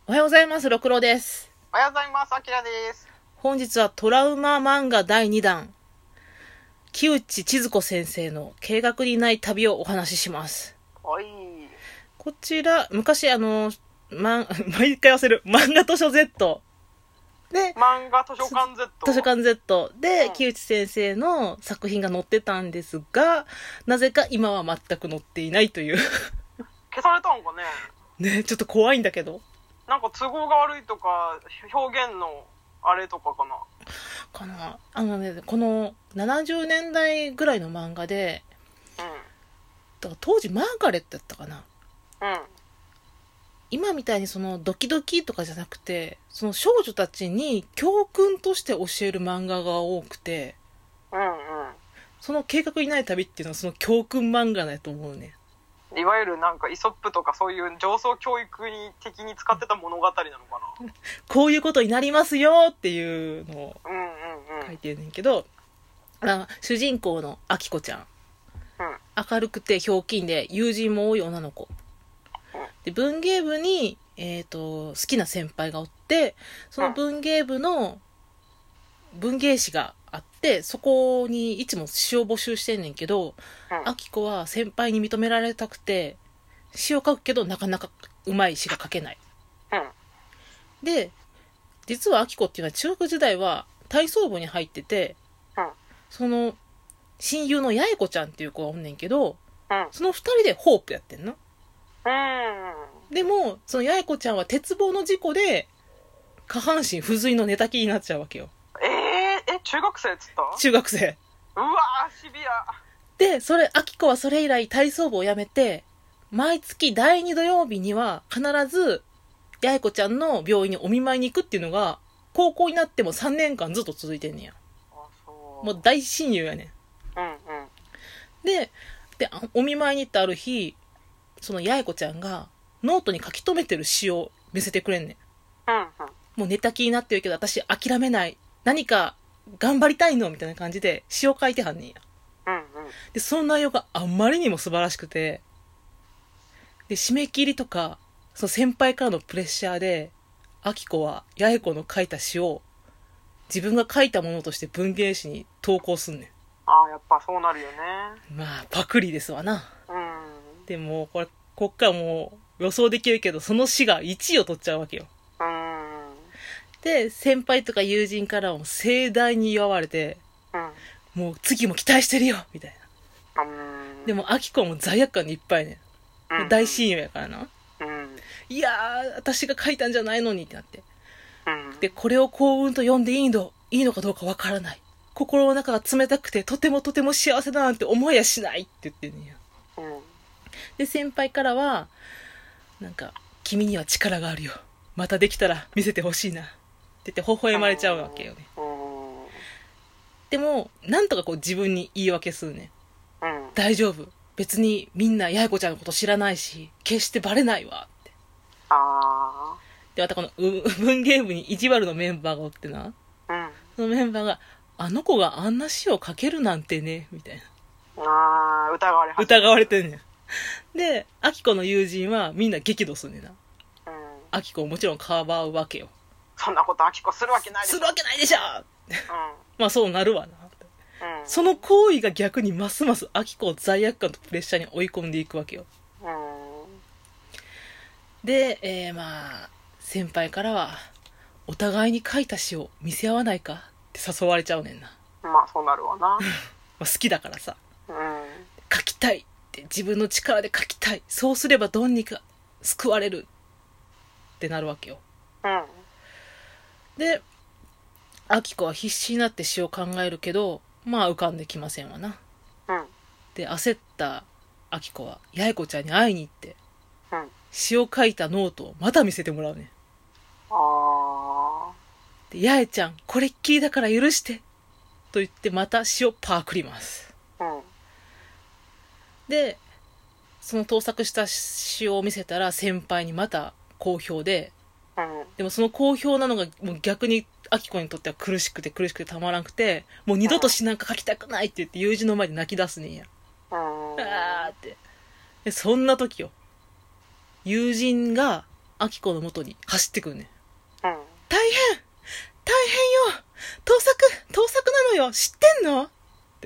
おはようございます。ろくろです。 おはようございます。あきらです。 本日はトラウマ漫画第2弾、木内千鶴子先生の計画にない旅をお話しします。 おい。 こちら、昔毎回忘れる。漫画図書 Z で、 漫画図書館 Z。 図書館 Z で、 うん木内先生の作品が載ってたんですが、なぜか今は全く載っていないという。 消されたんかね。 ね、ちょっと怖いんだけど。 なんか都合が悪いとか、表現のあれとかかな。 この70年代ぐらいの漫画で、だから当時マーガレットやったかな。 うん。 今みたいにそのドキドキとかじゃなくて、その少女たちに教訓として教える漫画が多くて、 うん。 その計画にない旅っていうのはその教訓漫画だと思うね。 いわゆるなんかイソップとかそういう上層教育に的に使ってた物語なのかな。 こういうことになりますよっていうのをうん。 書いてるねんけど、主人公のあきこちゃん。 うん明るくてひょうきんで友人も多い女の子。で、文芸部に、好きな先輩がおって、その文芸部の文芸誌があって、そこにいつも詩を募集してんねんけど、あきこは先輩に認められたくて、詩を書くけどなかなかうまい詩が書けない。で、実はあきこっていうのは中学時代は体操部に入ってて、その親友の八重子ちゃんっていう子がおんねんけど、その二人でホープやってんの。でも、その八重子ちゃんは鉄棒の事故で下半身不随の寝たきりになっちゃうわけよ。 中学生っつった？ 中学生。 うわー、シビア。 で、あきこはそれ以来体操部を辞めて、毎月第2土曜日には必ず八重子ちゃんの病院にお見舞いに行くっていうのが、高校になっても3年間ずっと続いてんねや。もう大親友やねん。で、お見舞いに行ったある日、その八重子ちゃんがノートに書き留めてる詩を見せてくれんねん。もう寝たきりになってるけど私諦めない。何か頑張りたいのみたいな感じで詩を書いてはんねんや。で、その内容があんまりにも素晴らしくて、で、締め切りとか、その先輩からのプレッシャーで、あきこは八重子の書いた詩を自分が書いたものとして文芸誌に投稿すんねああ、やっぱそうなるよね。 ん。まあ、パクリですわな。 うん。 でも、こっからもう予想できるけど、その詩が1位を取っちゃうわけよ。で、先輩とか友人からも盛大に祝われて、もう次も期待してるよみたいな。でも、あきこも罪悪感でいっぱいね。大親友やからな。いやー、私が書いたんじゃないのにってなって。で、これを幸運と呼んでいいのかどうかわからない。心の中が冷たくて、とてもとても幸せだなんて思いやしないって言ってんねや。で、先輩からは、なんか、君には力があるよ。またできたら見せてほしいな。って言って微笑まれちゃうわけよね。でも、なんとかこう自分に言い訳するね。大丈夫。別にみんな八重子ちゃんのこと知らないし、決してバレないわ。って。で、またこの文芸部に意地悪のメンバーがおってな。そのメンバーが、あの子があんな詩を書けるなんてね、みたいな。疑われてんねん。で、アキコの友人はみんな激怒すんねんな。アキコをもちろんかばうわけよ。 そんなことアキコするわけないでしょ。 するわけないでしょまあそうなるわな。その行為が逆にますますアキコを罪悪感とプレッシャーに追い込んでいくわけよ。で、まあ、先輩からは、お互いに書いた詩を見せ合わないかって誘われちゃうねんな。 まあそうなるわな。 まあ好きだからさ。書きたいって自分の力で書きたい。そうすればどうにか救われるってなるわけよ。で、アキコは必死になって詩を考えるけど、まあ浮かんできませんわな。で、焦ったアキコは八重子ちゃんに会いに行って、詩を書いたノートをまた見せてもらうね。で、八重ちゃん、これっきりだから許して。と言ってまた詩をパクります。で、その盗作した詩を見せたら先輩にまた好評で、でもその好評なのがもう逆にアキコにとっては苦しくてたまらなくて、もう二度と詩なんか書きたくないって言って友人の前で泣き出すねんや。あーって。で、そんな時よ。友人がアキコの元に走ってくるね。 うん。 大変よ盗作なのよ知ってんのって。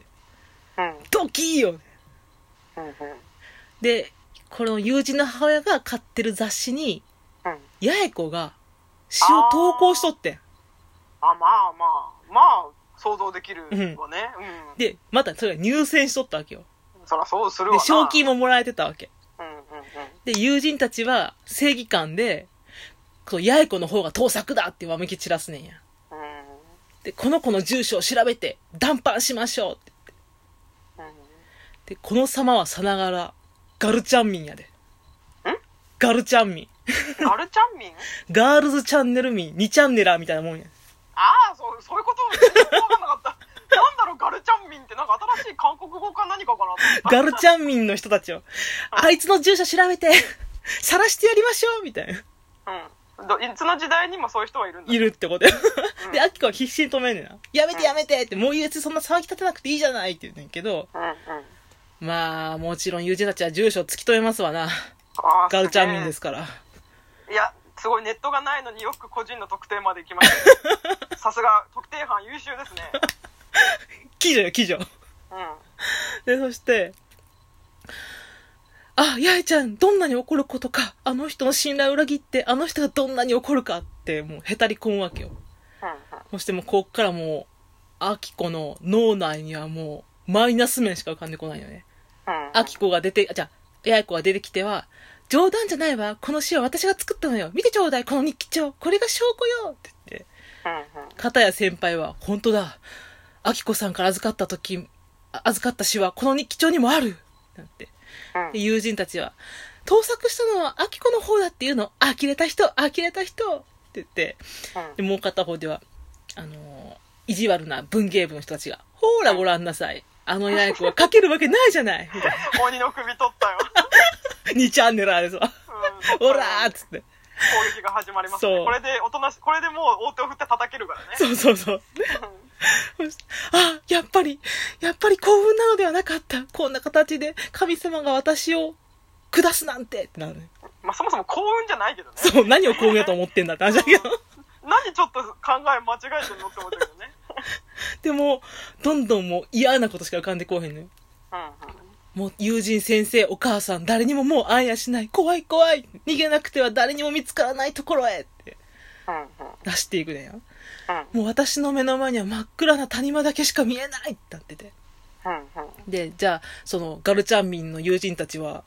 うん。 ドキーよ。 うん。 で、この友人の母親が買ってる雑誌に、 うん。 八重子が詩を投稿しとってん。 まあ、想像できるわね。うん。 で、またそれが入選しとったわけよ。 そらそうするわな。 で、賞金ももらえてたわけ。 うんうんうん。 で、友人たちは正義感で、この八重子の方が盗作だってわめき散らすねんや。 うん。 で、この子の住所を調べて談判しましょうって言って。で、この様はさながら、ガルチャンミンやで。ガルチャンミン。 ガルチャンミンガールズチャンネルミン、2チャンネラーみたいなもんや。 ああ、そういうこと全然わかんなかった。なんだろう、ガルチャンミンってなんか新しい韓国語か何かかなと思った。 ガルチャンミンの人たちを、あいつの住所調べて、晒してやりましょうみたいな。 うん。いつの時代にもそういう人はいるんだ。 いるってことよ。で、アキコは必死に止めんねんな。やめてって、もう別にそんな騒ぎ立てなくていいじゃないって言うねんけど、まあ、もちろん友人たちは住所を突き止めますわな。ガルチャンミンですから。 いや、すごいネットがないのによく個人の特定まで行きました。さすが、特定班優秀ですね。 記女。で、そして、八重ちゃん、どんなに怒ることか、あの人の信頼を裏切って、あの人がどんなに怒るかって、もうへたり込むわけよ。そしてもう、こっからもう、アキコの脳内にはもう、マイナス面しか浮かんでこないよね。アキコが八重子が出てきては、冗談じゃないわ、この詩は私が作ったのよ。見てちょうだい、この日記帳。これが証拠よって言って。片や先輩は、本当だ。アキコさんから預かった詩はこの日記帳にもあるなんて。で友人たちは、盗作したのはアキコの方だっていうの。呆れた人って言って。でもう片方では、意地悪な文芸部の人たちが、ほーらごらんなさい。あの八重子は書けるわけないじゃないみたいな。 鬼の首取ったよ。 2チャンネルあれさ。ほらーっつって。 攻撃が始まりますね。これでもう大手を振って叩けるからね。 そう。あ、やっぱり幸運なのではなかった。こんな形で神様が私を下すなんてってなるね。 まあそもそも幸運じゃないけどね。 そう、何を幸運やと思ってんだって話だけど。 何ちょっと考え間違えてんのって思ったけどね。 でも、どんどんもう嫌なことしか浮かんでこうへんのよ。もう友人先生、お母さん、誰にももう会えやしない。怖い。逃げなくては誰にも見つからないところへって。出していくねよ。もう私の目の前には真っ暗な谷間だけしか見えないってなってて。で、じゃあ、そのガルチャンミンの友人たちは、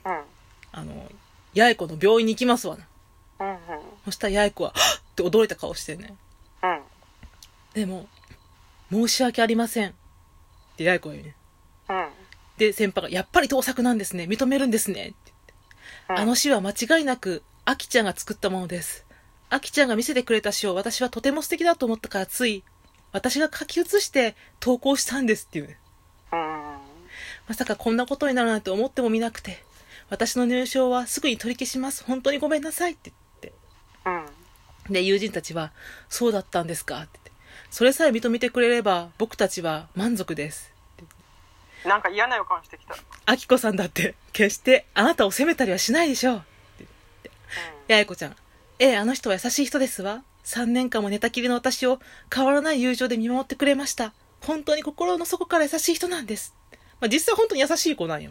八重子の病院に行きますわな。そしたら八重子は、はっって驚いた顔してね。でも、申し訳ありません。って八重子が言うね。で、先輩が、やっぱり盗作なんですね。認めるんですね。って言って。あの詩は間違いなく、アキちゃんが作ったものです。アキちゃんが見せてくれた詩を私はとても素敵だと思ったからつい、私が書き写して投稿したんですっていうね。まさかこんなことになるなんて思ってもみなくて、私の入賞はすぐに取り消します。本当にごめんなさいって言って。で、友人たちは、そうだったんですかって言って。それさえ認めてくれれば、僕たちは満足です。 なんか嫌な予感してきた。 アキコさんだって、決してあなたを責めたりはしないでしょう。って言って。八重子ちゃん、あの人は優しい人ですわ。3年間も寝たきりの私を変わらない友情で見守ってくれました。本当に心の底から優しい人なんです。まあ、実際本当に優しい子なんよ。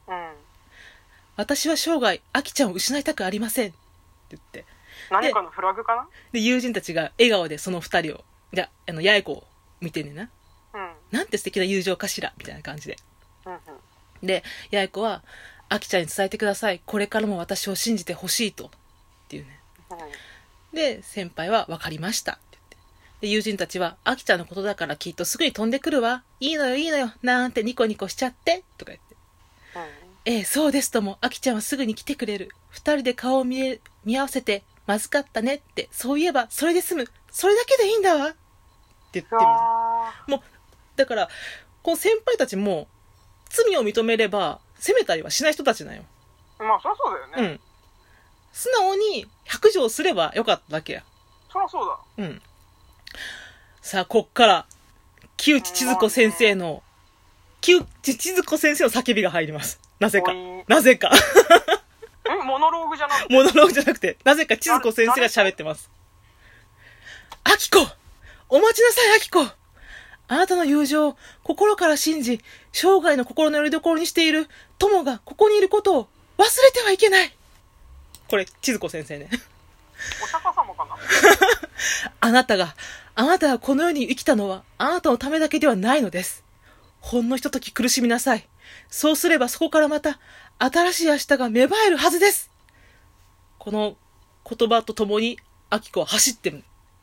私は生涯、アキちゃんを失いたくありません。って言って。 何かのフラグかな。 で、友人たちが笑顔でその2人を、八重子を見てんねんな。なんて素敵な友情かしらみたいな感じで。で、八重子は、アキちゃんに伝えてください。これからも私を信じてほしいと。っていうね。で、先輩は分かりました。って言って。で、友人たちは、アキちゃんのことだからきっとすぐに飛んでくるわ。いいのよ。なんてニコニコしちゃって。とか言って。そうですとも。アキちゃんはすぐに来てくれる。2人で顔を見合わせて、まずかったねって。そういえば、それで済む。それだけでいいんだわ。って言ってみる。もう、だから、この先輩たちも、罪を認めれば、責めたりはしない人たちなんよ。 まあ、そりゃそうだよね。 素直に白状すればよかっただけや。 そりゃそうだ。 さあ、こっから、木内千鶴子先生の叫びが入ります。なぜか。 モノローグじゃなくて。 モノローグじゃなくて、なぜか千鶴子先生が喋ってます。アキコ、お待ちなさい、アキコ。あなたの友情を心から信じ、生涯の心の拠り所にしている友がここにいることを忘れてはいけない。これ、千鶴子先生ね。 お釈迦様かな。 あなたがこの世に生きたのはあなたのためだけではないのです。ほんのひととき苦しみなさい。そうすればそこからまた新しい明日が芽生えるはずです。この言葉とともにアキコは走ってる。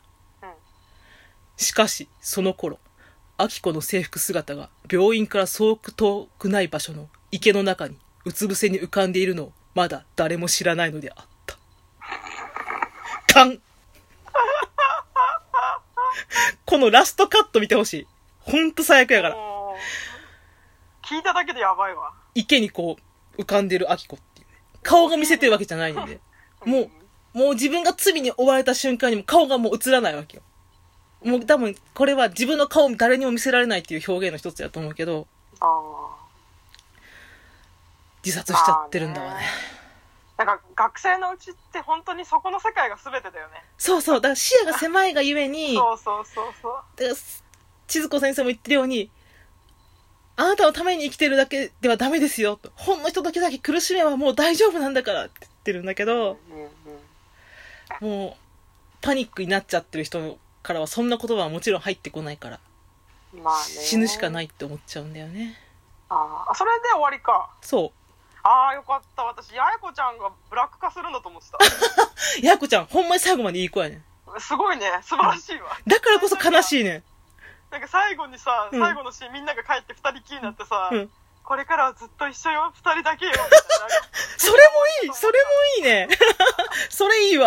しかしその頃、アキコの制服姿が病院からそう遠くない場所の池の中にうつ伏せに浮かんでいるのをまだ誰も知らないのであった。カンこのラストカット見てほしい。ほんと最悪やから。 聞いただけでやばいわ。 池にこう浮かんでるアキコっていうね。顔が見せてるわけじゃないんで。もう自分が罪に追われた瞬間にも顔がもう映らないわけよ。もう多分これは自分の顔を誰にも見せられないっていう表現の一つだと思うけど、自殺しちゃってるんだわね。 なんか学生のうちって本当にそこの世界が全てだよね。 そうそう、だから視野が狭いがゆえに、 そう。 だから千鶴子先生も言ってるように、あなたのために生きてるだけではダメですよと。ほんのひとときだけ苦しめばもう大丈夫なんだからって言ってるんだけど、もうパニックになっちゃってる人からはそんな言葉はもちろん入ってこないから、 まあね、 死ぬしかないって思っちゃうんだよね。 それで終わりか。 そう。 よかった。私、八重子ちゃんがブラック化するんだと思ってた。 八重子ちゃん、ほんまに最後までいい子やねん。 すごいね。素晴らしいわ。 だからこそ悲しいねん。 なんか最後にさ、最後のシーンみんなが帰って二人きりになってさ、これからはずっと一緒よ、二人だけよ。みたいなそれもいいね。それいいわ。